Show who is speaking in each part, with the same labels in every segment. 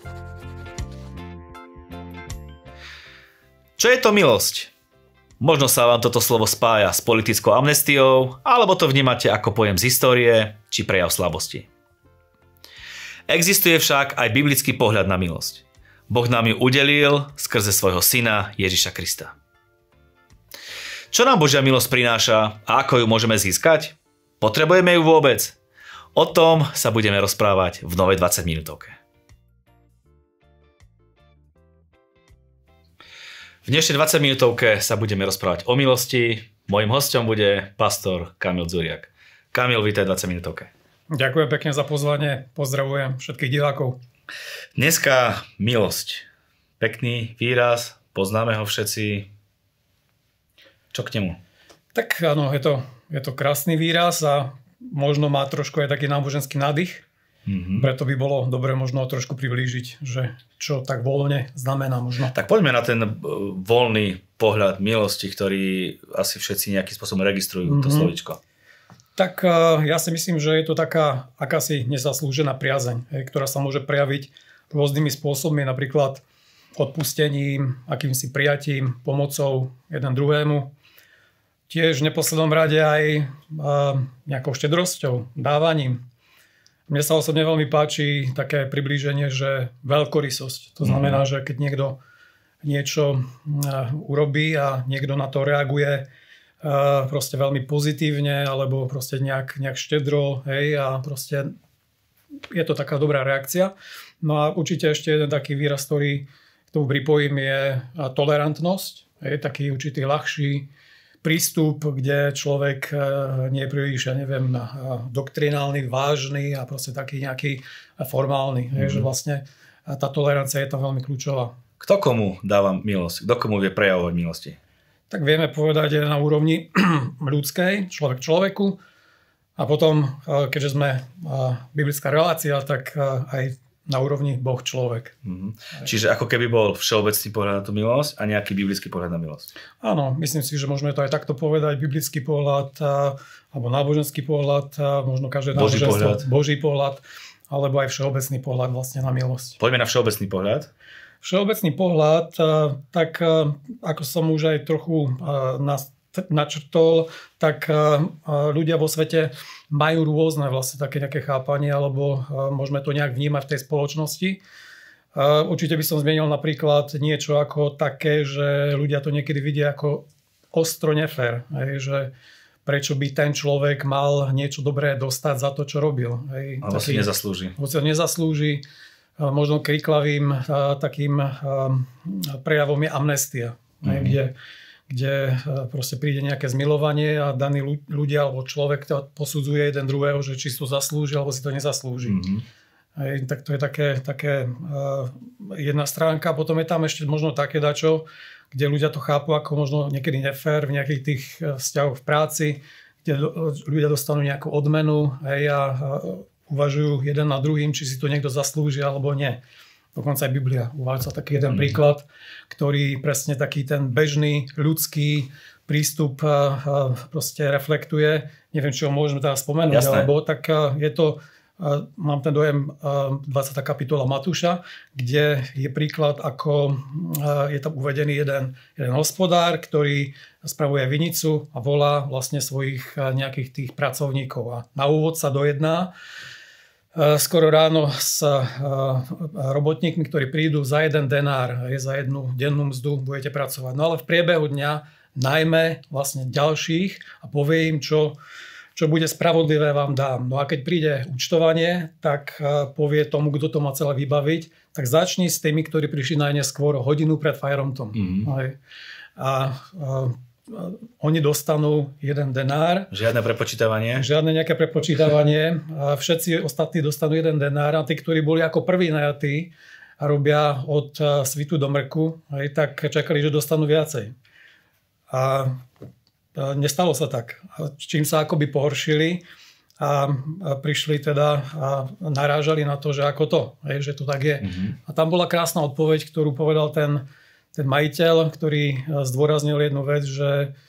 Speaker 1: Čo je to milosť? Možno sa vám toto slovo spája s politickou amnestiou, alebo to vnímate ako pojem z histórie či prejav slabosti. Existuje však aj biblický pohľad na milosť. Boh nám ju udelil skrze svojho syna Ježiša Krista. Čo nám Božia milosť prináša a ako ju môžeme získať? Potrebujeme ju vôbec? O tom sa budeme rozprávať v novej 20 minútovke. V dnešnej 20 minútovke sa budeme rozprávať o milosti. Mojím hosťom bude pastor Kamil Dzuriak. Kamil, vítaj v 20 minútovke.
Speaker 2: Ďakujem pekne za pozvanie. Pozdravujem všetkých divákov.
Speaker 1: Dneska milosť. Pekný výraz, poznáme ho všetci. Čo k nemu?
Speaker 2: Tak áno, je to krásny výraz a možno má trošku aj taký náboženský nádych. Preto by bolo dobre možno trošku priblížiť, že čo tak voľne znamená možno.
Speaker 1: Tak poďme na ten voľný pohľad milosti, ktorý asi všetci nejakým spôsobom registrujú to slovíčko.
Speaker 2: Tak ja si myslím, že je to taká akási nezaslúžená priazeň, ktorá sa môže prejaviť rôznymi spôsobmi, napríklad odpustením, akýmsi prijatím, pomocou jeden druhému. Tiež v neposlednom rade aj nejakou štedrosťou, dávaním. Mne sa osobne veľmi páči také priblíženie, že veľkorysosť. To znamená, že keď niekto niečo urobí a niekto na to reaguje proste veľmi pozitívne alebo proste nejak štedro, hej, a proste je to taká dobrá reakcia. No a určite ešte jeden taký výraz, ktorý k tomu pripojím, je tolerantnosť. Hej, taký určitý ľahší prístup, kde človek nie je príliš, doktrinálny, vážny a proste taký nejaký formálny. Že vlastne tá tolerancia je tam veľmi kľúčová.
Speaker 1: Kto komu dáva milosť? Kto komu vie prejavovať milosti?
Speaker 2: Tak vieme povedať na úrovni ľudskej, človek človeku. A potom, keďže sme biblická relácia, tak aj na úrovni Boh človek.
Speaker 1: Čiže ako keby bol všeobecný pohľad na tú milosť a nejaký biblický pohľad na milosť.
Speaker 2: Áno, myslím si, že môžeme to aj takto povedať. Biblický pohľad alebo náboženský pohľad, možno každé náboženstvo, Boží pohľad, alebo aj všeobecný pohľad vlastne na milosť.
Speaker 1: Poďme na všeobecný pohľad.
Speaker 2: Všeobecný pohľad, tak ako som už aj trochu načrtol, tak ľudia vo svete majú rôzne vlastne také nejaké chápanie, alebo môžeme to nejak vnímať v tej spoločnosti. Určite by som zmienil napríklad niečo ako také, že ľudia to niekedy vidia ako ostro nefér. Že prečo by ten človek mal niečo dobré dostať za to, čo robil.
Speaker 1: Ale si nezaslúži.
Speaker 2: Nezaslúži. Možno kriklavým takým prejavom je amnestia, kde proste príde nejaké zmilovanie a daní ľudia alebo človek to posudzuje jeden druhého, že či si to zaslúži alebo si to nezaslúži. Tak to je také jedna stránka. Potom je tam ešte možno také dačo, kde ľudia to chápu ako možno niekedy nefér v nejakých tých vzťahoch v práci, kde ľudia dostanú nejakú odmenu a uvažujú jeden na druhým, či si to niekto zaslúži alebo nie. Dokonca aj Biblia uvádza taký jeden príklad, ktorý presne taký ten bežný ľudský prístup proste reflektuje. Neviem, či ho môžeme teraz spomenúť, alebo tak je to, mám ten dojem, 20. kapitola Matúša, kde je príklad, ako je tam uvedený jeden hospodár, ktorý spravuje vinicu a volá vlastne svojich nejakých tých pracovníkov. A na úvod sa dojedná skoro ráno s robotníkmi, ktorí prídu za 1 denár, za 1 dennú mzdu budete pracovať. No ale v priebehu dňa najmä vlastne ďalších a povie im, čo bude spravodlivé vám dám. No a keď príde účtovanie, tak povie tomu, kto to má celé vybaviť, tak začni s tými, ktorí prišli najneskôr hodinu pred fajrontom. A oni dostanú 1 denár.
Speaker 1: Žiadne prepočítavanie.
Speaker 2: Žiadne nejaké prepočítavanie. A všetci ostatní dostanú 1 denár. A tí, ktorí boli ako prví najatí a robia od svitu do mrku, tak čakali, že dostanú viacej. A nestalo sa tak. Čím sa akoby pohoršili a prišli teda a narážali na to, že ako to, že to tak je. A tam bola krásna odpoveď, ktorú povedal ten majiteľ, ktorý zdôraznil jednu vec, že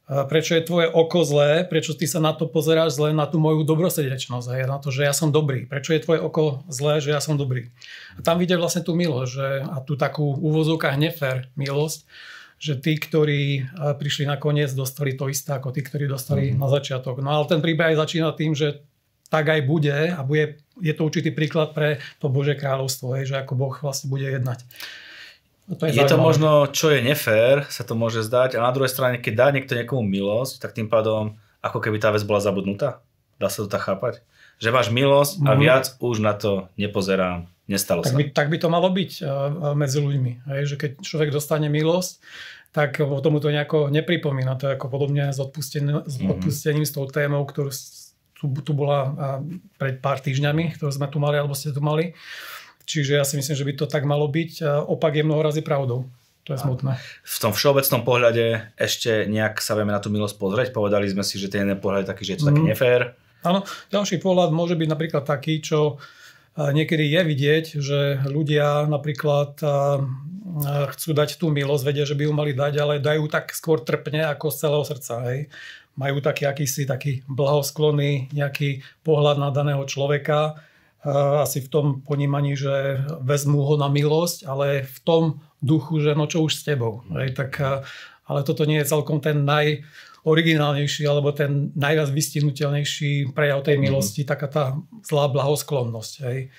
Speaker 2: Prečo je tvoje oko zlé, prečo ty sa na to pozeráš zle, na tú moju dobrosrdečnosť, na to, že ja som dobrý. Prečo je tvoje oko zlé, že ja som dobrý. A tam vidie vlastne tú milosť, a tú takú úvozovkách nefér milosť, že tí, ktorí prišli nakoniec, dostali to isté ako tí, ktorí dostali na začiatok. No ale ten príbeh aj začína tým, že tak aj bude a je to určitý príklad pre to Božie kráľovstvo, že ako Boh vlastne bude jednať.
Speaker 1: Je to možno, čo je nefér, sa to môže zdať, a na druhej strane, keď dá niekto niekomu milosť, tak tým pádom, ako keby tá vec bola zabudnutá. Dá sa to tak chápať? Že máš milosť a viac už na to nepozerám, nestalo sa.
Speaker 2: Tak by to malo byť medzi ľuďmi. Že keď človek dostane milosť, tak tomu to nejako nepripomína. To je ako podobne s odpustením, s tou témou, ktorú tu bola pred pár týždňami, ktorú sme tu mali, alebo ste tu mali. Čiže ja si myslím, že by to tak malo byť. Opak je mnoho razy pravdou. To je smutné.
Speaker 1: V tom všeobecnom pohľade ešte nejak sa vieme na tú milosť pozrieť. Povedali sme si, že ten jeden pohľad je taký, že je to také nefér.
Speaker 2: Áno, ďalší pohľad môže byť napríklad taký, čo niekedy je vidieť, že ľudia napríklad chcú dať tú milosť, vedia, že by ju mali dať, ale dajú tak skôr trpne ako z celého srdca. Hej. Majú taký blahosklonný nejaký pohľad na daného človeka, asi v tom ponímaní, že vezmú ho na milosť, ale v tom duchu, že no čo už s tebou. Ale toto nie je celkom ten najoriginálnejší alebo ten najviac vystihnutelnejší prejav tej milosti, taká tá zlá blahosklonnosť.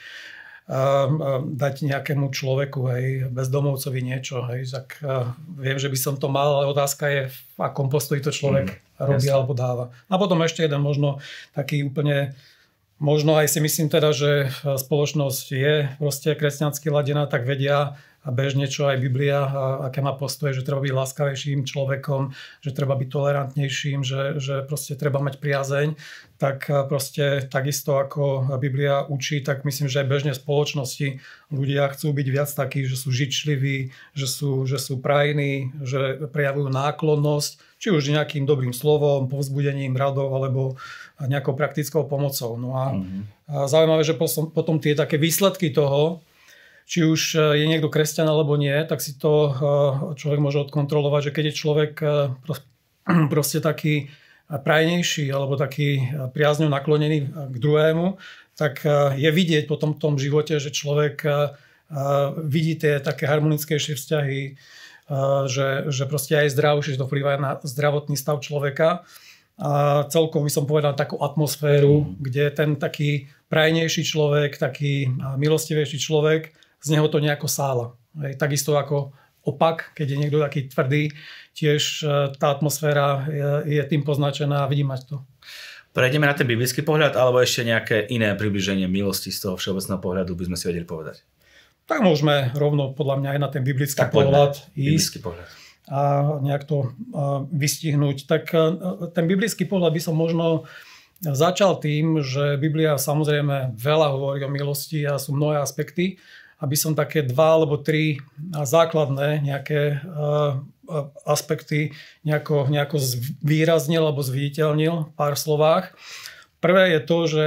Speaker 2: Dať nejakému človeku, bezdomovcovi niečo. Tak viem, že by som to mal, ale otázka je, v akom postoji to človek robí alebo dáva. A potom ešte jeden možno taký úplne. Možno aj si myslím teda, že spoločnosť je proste kresťansky ladená, tak vedia a bežne čo aj Biblia, aké má postoje, že treba byť láskavejším človekom, že treba byť tolerantnejším, že proste treba mať priazeň, tak proste takisto ako Biblia učí, tak myslím, že aj bežne v spoločnosti ľudia chcú byť viac takí, že sú žičliví, že sú prajní, že prejavujú náklonnosť, či už nejakým dobrým slovom, povzbudením, radou alebo nejakou praktickou pomocou. No a zaujímavé, že potom tie také výsledky toho, či už je niekto kresťan alebo nie, tak si to človek môže odkontrolovať, že keď je človek proste taký prajnejší alebo taký priazňou naklonený k druhému, tak je vidieť potom v tom živote, že človek vidí tie také harmonickejšie vzťahy, že proste aj zdravšie, že to vplyvá na zdravotný stav človeka. A celkom by som povedal takú atmosféru, kde ten taký prajnejší človek, taký milostivejší človek, z neho to nejako sála. Takisto ako opak, keď je niekto taký tvrdý, tiež tá atmosféra je tým poznačená a vidí mať to.
Speaker 1: Prejdeme na ten biblický pohľad, alebo ešte nejaké iné približenie milosti z toho všeobecného pohľadu by sme si vedeli povedať?
Speaker 2: Tak môžeme rovno podľa mňa aj na ten biblický pohľad ísť.
Speaker 1: Biblický pohľad.
Speaker 2: A nejak to vystihnúť. Tak ten biblický pohľad by som možno začal tým, že Biblia samozrejme veľa hovorí o milosti a sú mnohé aspekty, aby som také 2 alebo 3 základné nejaké aspekty nejako zvýraznil alebo zviditeľnil v pár slovách. Prvé je to, že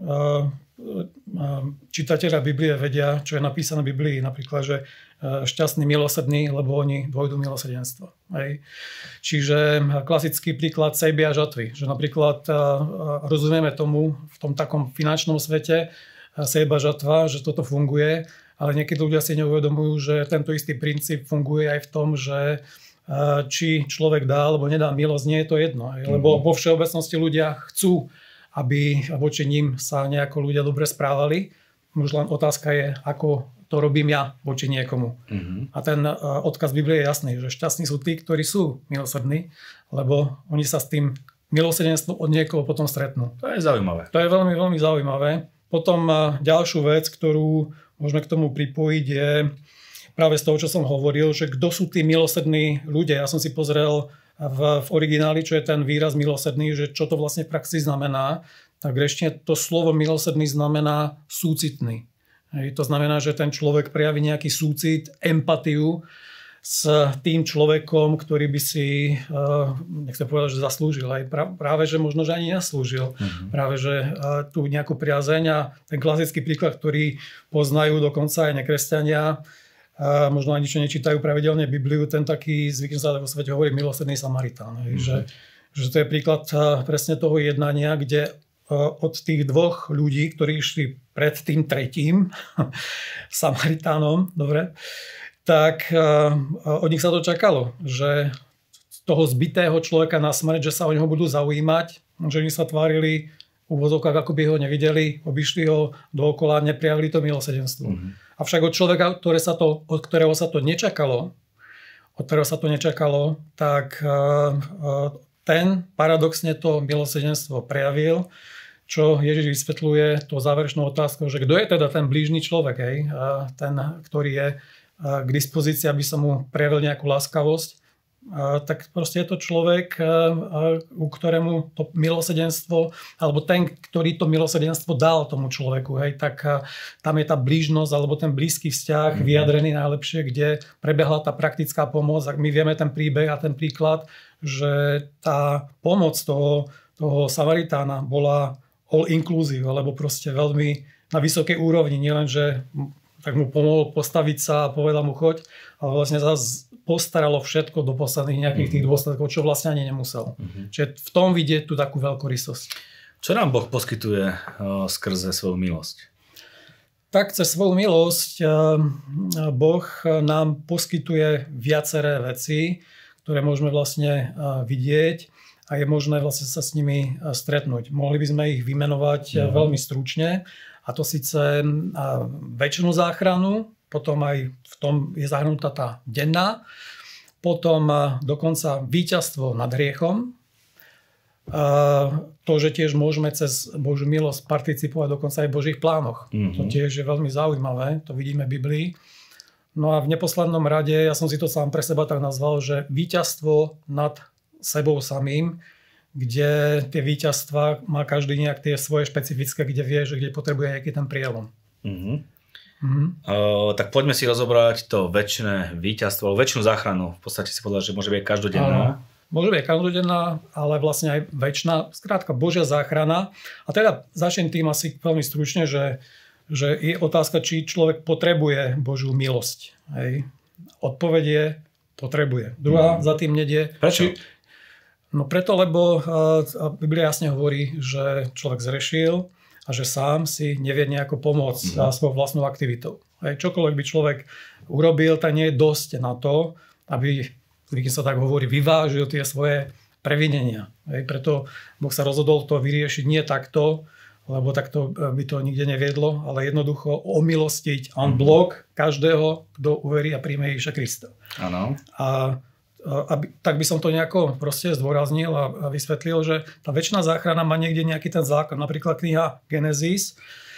Speaker 2: čitatelia Biblie vedia, čo je napísané v Biblii, napríklad, že šťastní milosrdní, lebo oni dôjdu milosrdenstva. Čiže klasický príklad sejby a žatvy, že napríklad rozumieme tomu v tom takom finančnom svete sejba žatva, že toto funguje, ale niekedy ľudia si neuvedomujú, že tento istý princíp funguje aj v tom, že či človek dá alebo nedá milosť, nie je to jedno. Lebo vo všeobecnosti ľudia chcú, aby voči ním sa nejako ľudia dobre správali. Možno len otázka je, ako to robím ja voči niekomu. A ten odkaz Biblie je jasný, že šťastní sú tí, ktorí sú milosrdní, lebo oni sa s tým milosrdenstvom od niekoho potom stretnú.
Speaker 1: To je zaujímavé.
Speaker 2: To je veľmi, veľmi zaujímavé. Potom ďalšiu vec, ktorú môžeme k tomu pripojiť, je práve z toho, čo som hovoril, že kto sú tí milosrdní ľudia. Ja som si pozrel v origináli, čo je ten výraz milosrdný, že čo to vlastne v praxi znamená. Tak greštine to slovo milosrdný znamená súcitný. To znamená, že ten človek prejaví nejaký súcit, empatiu s tým človekom, ktorý by si, nechcem povedať, že zaslúžil. Aj práve, že možno, že ani neslúžil. Práve, že tú nejakú priazeň a ten klasický príklad, ktorý poznajú dokonca aj nekresťania, možno ani čo nečítajú pravidelne Bibliu, ten taký, zvykne sa vo svete hovorí milosrdný Samaritán. Že to je príklad presne toho jednania, kde od tých dvoch ľudí, ktorí išli pred tým tretím, Samaritánom, dobre, tak od nich sa to čakalo, že toho zbitého človeka na smrť, že sa o neho budú zaujímať, že oni sa tvárili v úvodzovkách, ako by ho nevideli, obišli ho dookola, neprijavili to milosrdenstvo. Avšak od človeka, od ktorého sa to nečakalo, tak ten paradoxne to milosrdenstvo prejavil, čo Ježiš vysvetľuje tou záverečnou otázkou, že kto je teda ten blížny človek, ten, ktorý je k dispozícii, aby som mu prejavil nejakú láskavosť, tak proste je to človek, u ktorému to milosrdenstvo, alebo ten, ktorý to milosrdenstvo dal tomu človeku, tak tam je tá blížnosť, alebo ten blízky vzťah vyjadrený najlepšie, kde prebehla tá praktická pomoc. My vieme ten príbeh a ten príklad, že tá pomoc toho Samaritána bola all inclusive, alebo proste veľmi na vysokej úrovni. Nielen, že tak mu pomohol postaviť sa a povedal mu choď, ale vlastne zase postaralo všetko do posledných nejakých tých dôsledkov, čo vlastne ani nemusel. Čiže v tom vidieť tú takú veľkorysosť.
Speaker 1: Čo nám Boh poskytuje skrze svoju milosť?
Speaker 2: Tak cez svoju milosť Boh nám poskytuje viaceré veci, ktoré môžeme vlastne vidieť a je možné vlastne sa s nimi stretnúť. Mohli by sme ich vymenovať veľmi stručne, a to síce večnú záchranu, potom aj v tom je zahrnutá tá denná, potom dokonca víťazstvo nad hriechom, to, že tiež môžeme cez Božiu milosť participovať dokonca aj v Božích plánoch. To tiež je veľmi zaujímavé, to vidíme v Biblii. No a v neposlednom rade, ja som si to sám pre seba tak nazval, že víťazstvo nad sebou samým, kde tie víťazstva má každý nejak tie svoje špecifické, kde vie, že kde potrebuje nejaký ten prielom.
Speaker 1: Tak poďme si rozobrať to večné víťazstvo, večnú záchranu. V podstate si povedal, že môže byť každodenná.
Speaker 2: Môže byť každodenná, ale vlastne aj večná. Skrátka Božia záchrana. A teda začnem tým asi veľmi stručne, že je otázka, či človek potrebuje Božiu milosť. Hej. Odpoveď je, potrebuje. Druhá za tým nedie.
Speaker 1: Prečo?
Speaker 2: No preto, lebo Biblia jasne hovorí, že človek zrešil a že sám si nevie nejako pomôcť svojou vlastnou aktivitou. Čokoľvek by človek urobil, tak nie je dosť na to, aby, keď sa tak hovorí, vyvážil tie svoje previnenia. Preto Boh sa rozhodol to vyriešiť nie takto, lebo takto by to nikde neviedlo, ale jednoducho omilostiť en bloc každého, kto uverí a príjme Ježiša Krista.
Speaker 1: Áno.
Speaker 2: Tak by som to nejako proste zdôraznil a vysvetlil, že tá večná záchrana má niekde nejaký ten základ. Napríklad kniha Genesis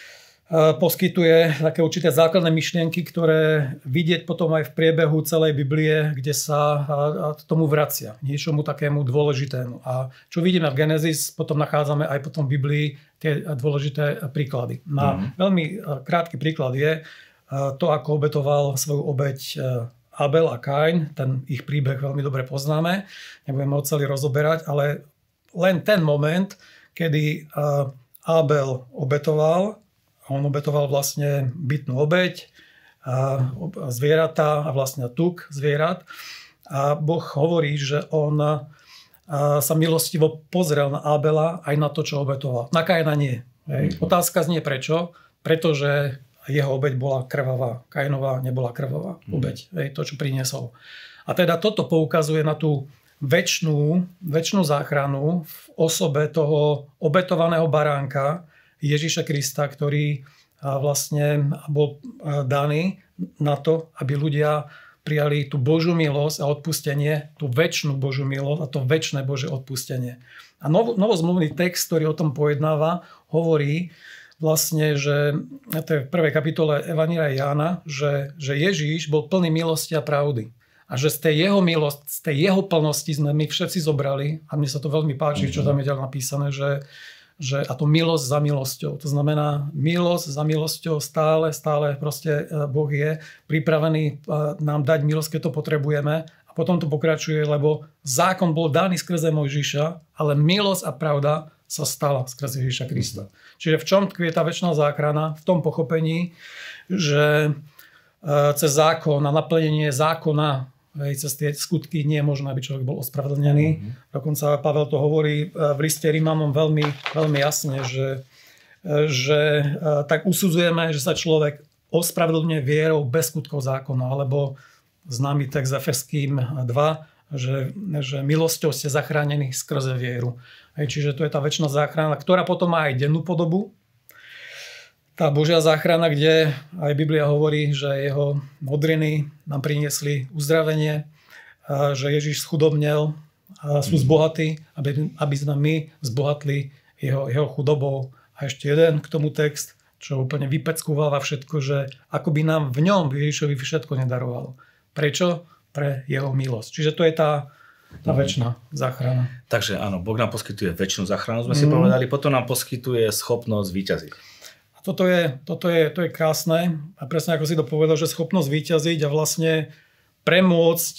Speaker 2: poskytuje také určité základné myšlienky, ktoré vidieť potom aj v priebehu celej Biblie, kde sa tomu vracia, niečomu takému dôležitému. A čo vidíme v Genesis, potom nachádzame aj potom v Biblii tie dôležité príklady. Veľmi krátky príklad je to, ako obetoval svoju obeť Abel a Kain, ten ich príbeh veľmi dobre poznáme, nebudeme ho celý rozoberať, ale len ten moment, kedy Abel obetoval, on obetoval vlastne bytnú obeť, zvieratá a vlastne tuk zvierat. A Boh hovorí, že on sa milostivo pozrel na Abela aj na to, čo obetoval. Na Kaina nie. Otázka znie prečo? Pretože jeho obeť bola krvavá. Kainová nebola krvavá obeť. To, čo priniesol. A teda toto poukazuje na tú večnú záchranu v osobe toho obetovaného baránka Ježiša Krista, ktorý vlastne bol daný na to, aby ľudia prijali tú Božiu milosť a odpustenie, tú večnú Božiu milosť a to večné Božie odpustenie. A novozmluvný text, ktorý o tom pojednáva, hovorí vlastne, že to je v prvej kapitole Evanjelia Jána, že Ježíš bol plný milosti a pravdy. A že z tej jeho milosti, z tej jeho plnosti sme my všetci zobrali, a mne sa to veľmi páči, čo tam je ďalej napísané, že a to milosť za milosťou. To znamená, milosť za milosťou stále proste Boh je pripravený nám dať milosť, keď to potrebujeme. A potom to pokračuje, lebo zákon bol daný skrze Mojžiša, ale milosť a pravda sa stala skrze Ježiša Krista. Čiže v čom tkvie tá večná záchrana? V tom pochopení, že cez zákon a naplnenie zákona Cez tie skutky nie je možné, aby človek bol ospravedlnený. Dokonca Pavel to hovorí v liste Rimanom veľmi, veľmi jasne, že tak usudzujeme, že sa človek ospravedlňuje vierou bez skutkov zákona, alebo známy text Efeským 2, že milosťou ste zachránení skrze vieru. Čiže to je tá večná záchrana, ktorá potom má aj dennú podobu. Tá Božia záchrana, kde aj Biblia hovorí, že jeho modriny nám priniesli uzdravenie, že Ježiš schudobnel a sú zbohatí, aby sme my zbohatli jeho chudobou. A ešte jeden k tomu text, čo úplne vypeckúváva všetko, že ako by nám v ňom Ježišovi všetko nedarovalo. Prečo? Pre jeho milosť. Čiže to je tá večná záchrana.
Speaker 1: Takže áno, Boh nám poskytuje večnú záchranu, sme si povedali, potom nám poskytuje schopnosť víťaziť.
Speaker 2: Toto je krásne a presne ako si to povedal, že schopnosť víťaziť a vlastne premôcť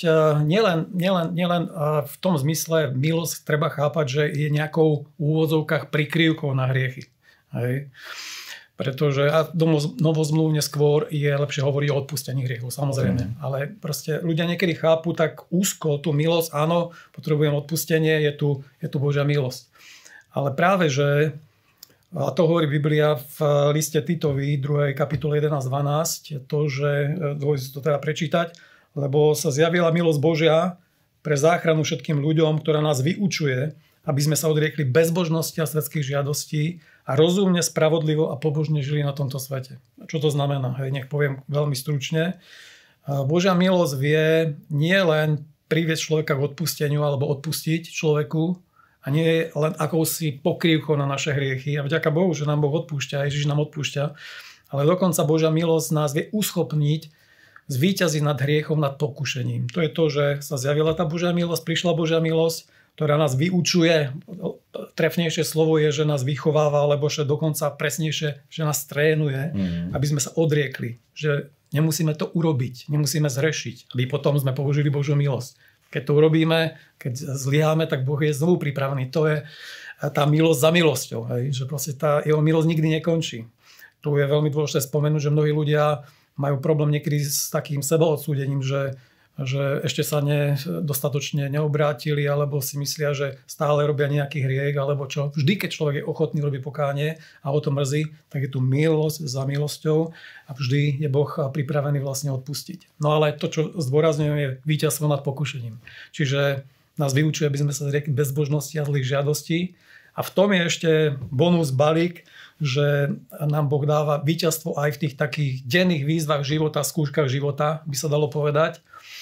Speaker 2: nielen v tom zmysle milosť treba chápať, že je nejakou v úvodzovkách prikryvkou na hriechy. Hej. Pretože novozmluvne skôr je lepšie hovoriť o odpustení hriechov, samozrejme. Ale proste ľudia niekedy chápu tak úzko tú milosť, áno, potrebujem odpustenie, je tu Božia milosť. Ale práve, že a to hovorí Biblia v liste Titovi, 2. kapitole 11-12, to, že dôjde si to teda prečítať, lebo sa zjavila milosť Božia pre záchranu všetkým ľuďom, ktorá nás vyučuje, aby sme sa odriekli bezbožnosti a svetských žiadostí a rozumne, spravodlivo a pobožne žili na tomto svete. Čo to znamená? Nech poviem veľmi stručne. Božia milosť vie nie len priviesť človeka k odpusteniu alebo odpustiť človeku, a nie je len akousi pokrývkou na naše hriechy. A vďaka Bohu, že nám Boh odpúšťa, Ježiš nám odpúšťa. Ale dokonca Božia milosť nás vie uschopniť zvíťaziť nad hriechom, nad pokušením. To je to, že sa zjavila tá Božia milosť, prišla Božia milosť, ktorá nás vyučuje. Trefnejšie slovo je, že nás vychováva, alebo že dokonca presnejšie, že nás trénuje, aby sme sa odriekli. Že nemusíme to urobiť, nemusíme zhrešiť, aby potom sme použili Božiu milosť. Keď to urobíme, keď zlyháme, tak Boh je znovu pripravený. To je tá milosť za milosťou. Hej? Že proste tá jeho milosť nikdy nekončí. Tu je veľmi dôležité spomenúť, že mnohí ľudia majú problém niekedy s takým sebaodsúdením, že ešte sa dostatočne neobrátili, alebo si myslia, že stále robia nejaký hriech, alebo čo. Vždy, keď človek je ochotný robiť pokánie a o to mrzí, tak je tu milosť za milosťou a vždy je Boh pripravený vlastne odpustiť. No ale to, čo zdôrazňujem, je víťazstvo nad pokušením. Čiže nás vyučuje, aby sme sa zriekli bezbožnosti a zlých žiadostí. A v tom je ešte bonus balík, že nám Boh dáva víťazstvo aj v tých takých denných výzvach života, skúškach života, by sa dalo povedať,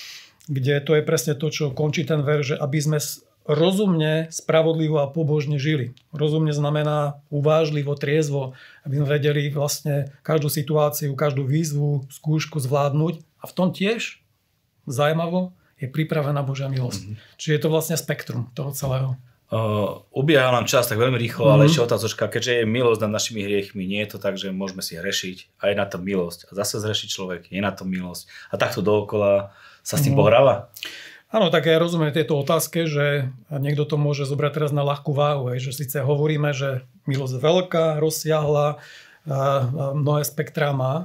Speaker 2: kde to je presne to, čo končí ten verš, že aby sme rozumne, spravodlivo a pobožne žili. Rozumne znamená uvážlivo, triezvo, aby sme vedeli vlastne každú situáciu, každú výzvu, skúšku zvládnuť. A v tom tiež zaujímavo je pripravená Božia milosť. Čiže je to vlastne spektrum toho celého.
Speaker 1: Ubieha nám čas tak veľmi rýchlo, ale ešte otázočka, keďže je milosť nad našimi hriechmi, nie je to tak, že môžeme si hrešiť a je na to milosť. A zase zhrešiť človek, je na to milosť. A takto dookola sa s tým pohráva?
Speaker 2: Áno, tak ja rozumiem tejto otázke, že niekto to môže zobrať teraz na ľahkú váhu, že síce hovoríme, že milosť je veľká, rozsiahla, mnohé spektrá má,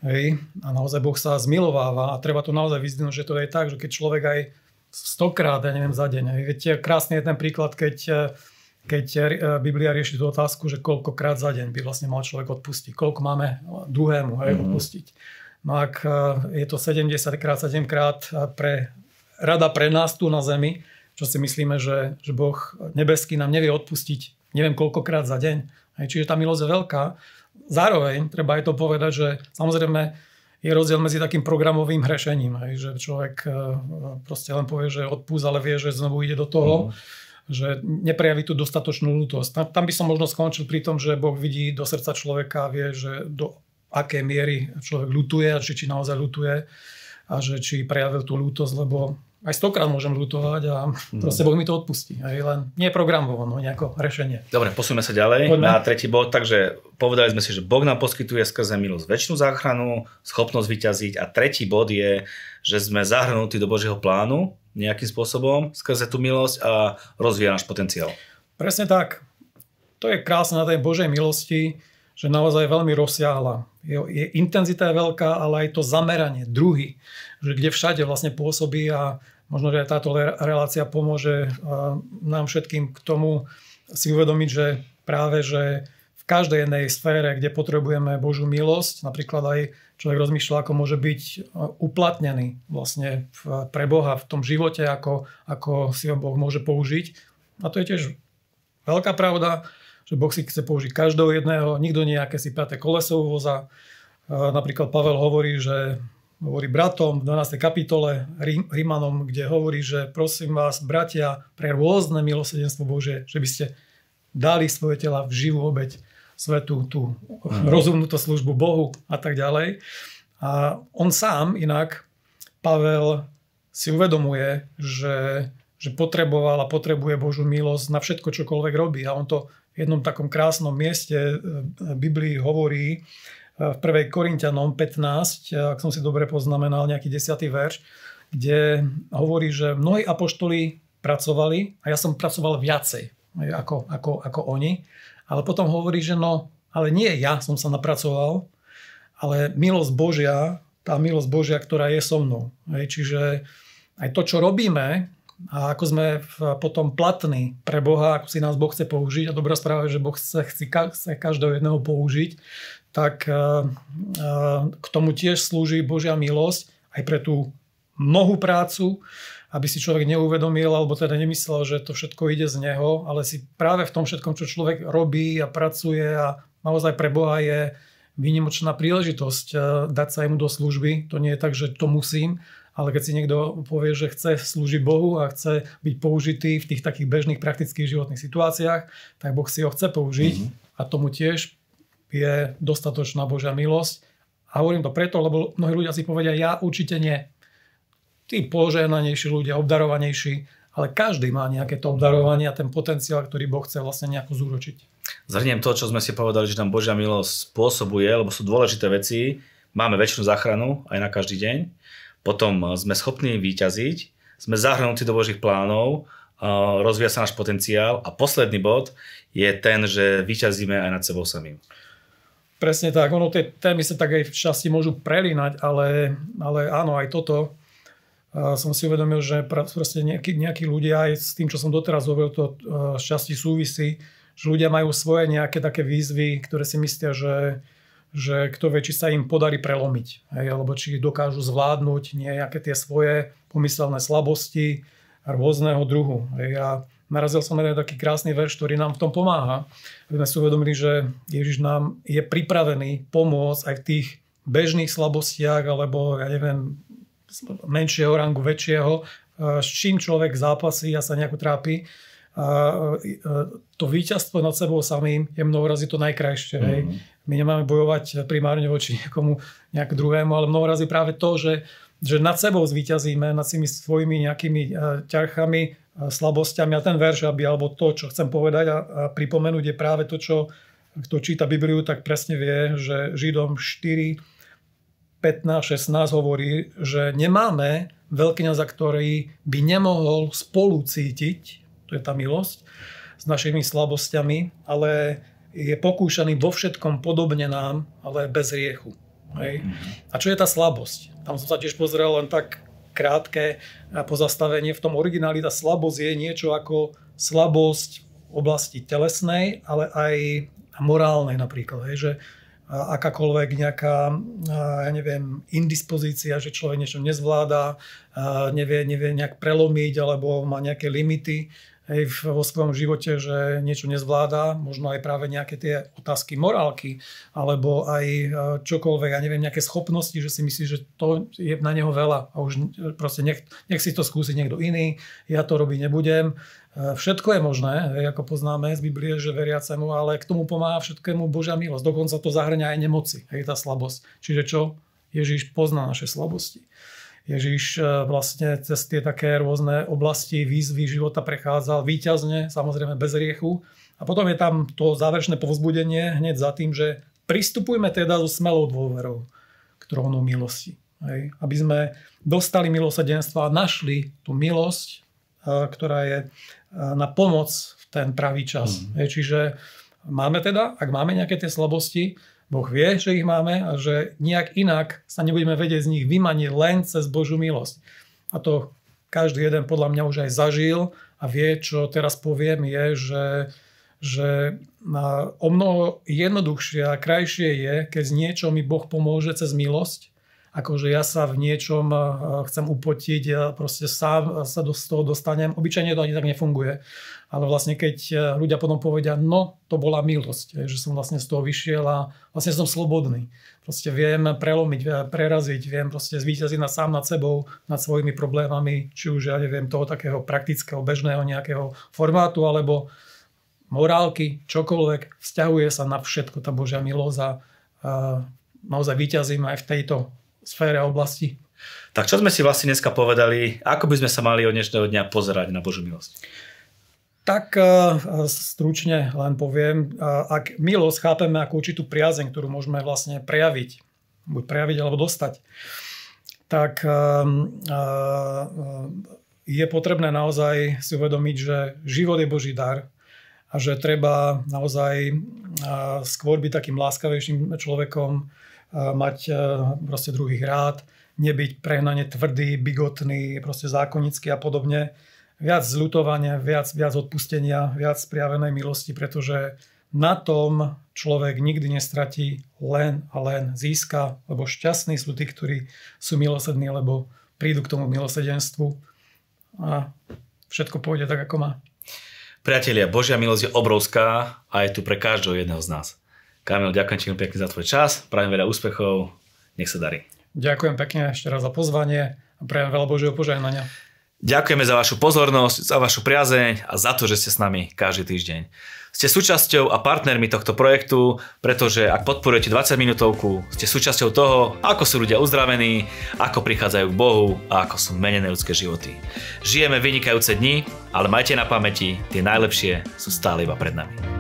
Speaker 2: a naozaj Boh sa zmilováva a treba to naozaj vyzdvihnúť, že to je tak, že keď človek aj 100-krát, ja neviem, za deň. Viete, krásny je ten príklad, keď Biblia rieši tú otázku, že koľkokrát za deň by vlastne mal človek odpustiť. Koľko máme druhému odpustiť. No ak je to 70 krát, 7 krát rada pre nás tu na zemi, čo si myslíme, že Boh nebeský nám nevie odpustiť neviem koľkokrát za deň. Čiže tá milosť je veľká. Zároveň treba aj to povedať, že samozrejme je rozdiel medzi takým programovým hrešením, že človek proste len povie, že odpúsť, ale vie, že znovu ide do toho, že neprejaví tú dostatočnú ľútosť. Tam by som možno skončil pri tom, že Boh vidí do srdca človeka a vie, že do akej miery človek ľutuje a či naozaj ľutuje a že či prejavil tú ľútosť, lebo aj 100-krát môžem ľutovať a proste Boh mi to odpustí. Len nie programovo, nejako riešenie.
Speaker 1: Dobre, posúme sa ďalej. Poďme na tretí bod. Takže povedali sme si, že Boh nám poskytuje skrze milosť večnú záchranu, schopnosť vyťaziť a tretí bod je, že sme zahrnutí do Božieho plánu nejakým spôsobom skrze tú milosť a rozvíja náš potenciál.
Speaker 2: Presne tak. To je krásne na tej Božej milosti, že naozaj je veľmi rozsiahla. Je intenzita je veľká, ale aj to zameranie, druhy, že kde všade vlastne pôsobí a možno, že aj táto relácia pomôže nám všetkým k tomu si uvedomiť, že práve, že v každej jednej sfére, kde potrebujeme Božiu milosť, napríklad aj človek rozmýšľa, ako môže byť uplatnený vlastne pre Boha v tom živote, ako si ho Boh môže použiť. A to je tiež veľká pravda, že Boh si chce použiť každého jedného, nikto nie je akési piaté koleso uvoza. Napríklad Pavel hovorí bratom v 12. kapitole Rímanom, kde hovorí, že prosím vás, bratia, pre rôzne milosrdenstvo Božie, že by ste dali svoje tela v živú obeť, svetú, tú rozumnúto službu Bohu a tak ďalej. A on sám inak, Pavel, si uvedomuje, že potreboval a potrebuje Božiu milosť na všetko, čokoľvek robí. A on to v jednom takom krásnom mieste v Biblii hovorí v 1. Korinťanom 15, ak som si dobre poznamenal, nejaký 10. verš, kde hovorí, že mnohí apoštoli pracovali a ja som pracoval viacej ako oni. Ale potom hovorí, že ale nie ja som sa napracoval, ale milosť Božia, tá milosť Božia, ktorá je so mnou. Čiže aj to, čo robíme a ako sme potom platní pre Boha, ako si nás Boh chce použiť, a dobrá správa je, že Boh chce každého jedného použiť, tak k tomu tiež slúži Božia milosť aj pre tú mnohú prácu, aby si človek neuvedomil, alebo teda nemyslel, že to všetko ide z neho, ale si práve v tom všetkom, čo človek robí a pracuje a naozaj pre Boha je výnimočná príležitosť dať sa jemu do služby. To nie je tak, že to musím, ale keď si niekto povie, že chce slúžiť Bohu a chce byť použitý v tých takých bežných praktických životných situáciách, tak Boh si ho chce použiť a tomu tiež je dostatočná Božia milosť. A hovorím to preto, lebo mnohí ľudia si povedia, ja určite nie. Tí požehnanejší ľudia, obdarovanejší, ale každý má nejaké to obdarovanie a ten potenciál, ktorý Boh chce vlastne nejako zúročiť.
Speaker 1: Zhrniem to, čo sme si povedali, že nám Božia milosť spôsobuje, lebo sú dôležité veci. Máme večnú záchranu aj na každý deň. Potom sme schopní vyťaziť, sme zahrnutí do Božích plánov, rozvíja sa náš potenciál a posledný bod je ten, že vyťazíme aj nad sebou samým.
Speaker 2: Presne tak. Ono tie témy sa tak aj v časti môžu prelínať, ale áno, aj toto som si uvedomil, že proste nejakí ľudia, aj s tým, čo som doteraz hovoril, to z časti súvisí, že ľudia majú svoje nejaké také výzvy, ktoré si myslia, že kto vie, či sa im podarí prelomiť, alebo či dokážu zvládnuť nejaké tie svoje pomyselné slabosti rôzneho druhu. A narazil som na taký krásny verš, ktorý nám v tom pomáha. Aby sme si uvedomili, že Ježiš nám je pripravený pomôcť aj v tých bežných slabostiach, alebo ja neviem, menšieho rangu, väčšieho, s čím človek zápasí a sa nejako trápi. To víťazstvo nad sebou samým je mnohorazí to najkrajšie. My nemáme bojovať primárne voči niekomu nejak druhému, ale mnohorazí práve to, že nad sebou zvíťazíme, nad tými svojimi nejakými ťarchami, slabosťami a ten verš, alebo to, čo chcem povedať a pripomenúť, je práve to, čo kto číta Bibliu, tak presne vie, že Židom 4, 15, 16 hovorí, že nemáme veľkňaza, ktorý by nemohol spolu cítiť, to je tá milosť, s našimi slabosťami, ale je pokúšaný vo všetkom podobne nám, ale bez hriechu. Hej. A čo je tá slabosť? Tam som sa tiež pozrel len tak krátke pozastavenie. V tom origináli tá slabosť je niečo ako slabosť v oblasti telesnej, ale aj morálnej napríklad. Hej, že akákoľvek nejaká, ja neviem, indispozícia, že človek niečo nezvláda, nevie nejak prelomiť alebo má nejaké limity vo svojom živote, že niečo nezvláda, možno aj práve nejaké tie otázky morálky, alebo aj čokoľvek, ja neviem, nejaké schopnosti, že si myslí, že to je na neho veľa a už proste nech si to skúsi niekto iný, ja to robiť nebudem. Všetko je možné, ako poznáme z Biblie, že veriacemu, ale k tomu pomáha všetkému Božia milosť. Dokonca to zahrňa aj nemoci, tá slabosť. Čiže čo? Ježiš pozná naše slabosti. Ježiš vlastne cez tie také rôzne oblasti výzvy života prechádzal víťazne, samozrejme bez hriechu. A potom je tam to záverečné povzbudenie hneď za tým, že pristupujme teda so smelou dôverou k trónu milosti. Hej. Aby sme dostali milosrdenstvo a našli tú milosť, ktorá je na pomoc v ten pravý čas. Hej. Čiže máme teda, ak máme nejaké tie slabosti, Boh vie, že ich máme a že nejak inak sa nebudeme vedieť z nich vymaniť len cez Božiu milosť. A to každý jeden podľa mňa už aj zažil a vie, čo teraz poviem, je, že o mnoho jednoduchšie a krajšie je, keď z niečo mi Boh pomôže cez milosť, akože ja sa v niečom chcem upotiť a proste sám sa z toho dostanem. Obyčajne to ani tak nefunguje. Ale vlastne keď ľudia potom povedia, no to bola milosť, že som vlastne z toho vyšiel a vlastne som slobodný. Proste viem prelomiť, preraziť, viem proste zvíťaziť sám nad sebou, nad svojimi problémami, či už ja neviem toho takého praktického, bežného nejakého formátu, alebo morálky, čokoľvek, vzťahuje sa na všetko tá Božia milosť a naozaj víťazím aj v tejto sfére oblasti.
Speaker 1: Tak čo sme si vlastne dneska povedali, ako by sme sa mali od dnešného dňa pozerať na Božiu milosť?
Speaker 2: Tak stručne len poviem, ak milosť chápeme ako určitú priazeň, ktorú môžeme vlastne prejaviť, buď prejaviť alebo dostať, tak je potrebné naozaj si uvedomiť, že život je Boží dar a že treba naozaj skôr byť takým láskavejším človekom, mať proste druhých rád, nebyť prehnane tvrdý, bigotný, proste zákonický a podobne. Viac zľutovania, viac odpustenia, viac prijavenej milosti, pretože na tom človek nikdy nestratí, len a len získa, lebo šťastní sú tí, ktorí sú milosrdní, lebo prídu k tomu milosrdenstvu a všetko pôjde tak, ako má.
Speaker 1: Priatelia, Božia milosť je obrovská a je tu pre každého jedného z nás. Kamil, ďakujem ti pekne za tvoj čas, prajem veľa úspechov, nech sa darí.
Speaker 2: Ďakujem pekne ešte raz za pozvanie a prajem veľa Božieho požehnania.
Speaker 1: Ďakujeme za vašu pozornosť, za vašu priazeň a za to, že ste s nami každý týždeň. Ste súčasťou a partnermi tohto projektu, pretože ak podporujete 20 minútovku, ste súčasťou toho, ako sú ľudia uzdravení, ako prichádzajú k Bohu a ako sú menené ľudské životy. Žijeme vynikajúce dni, ale majte na pamäti, tie najlepšie sú stále iba pred nami.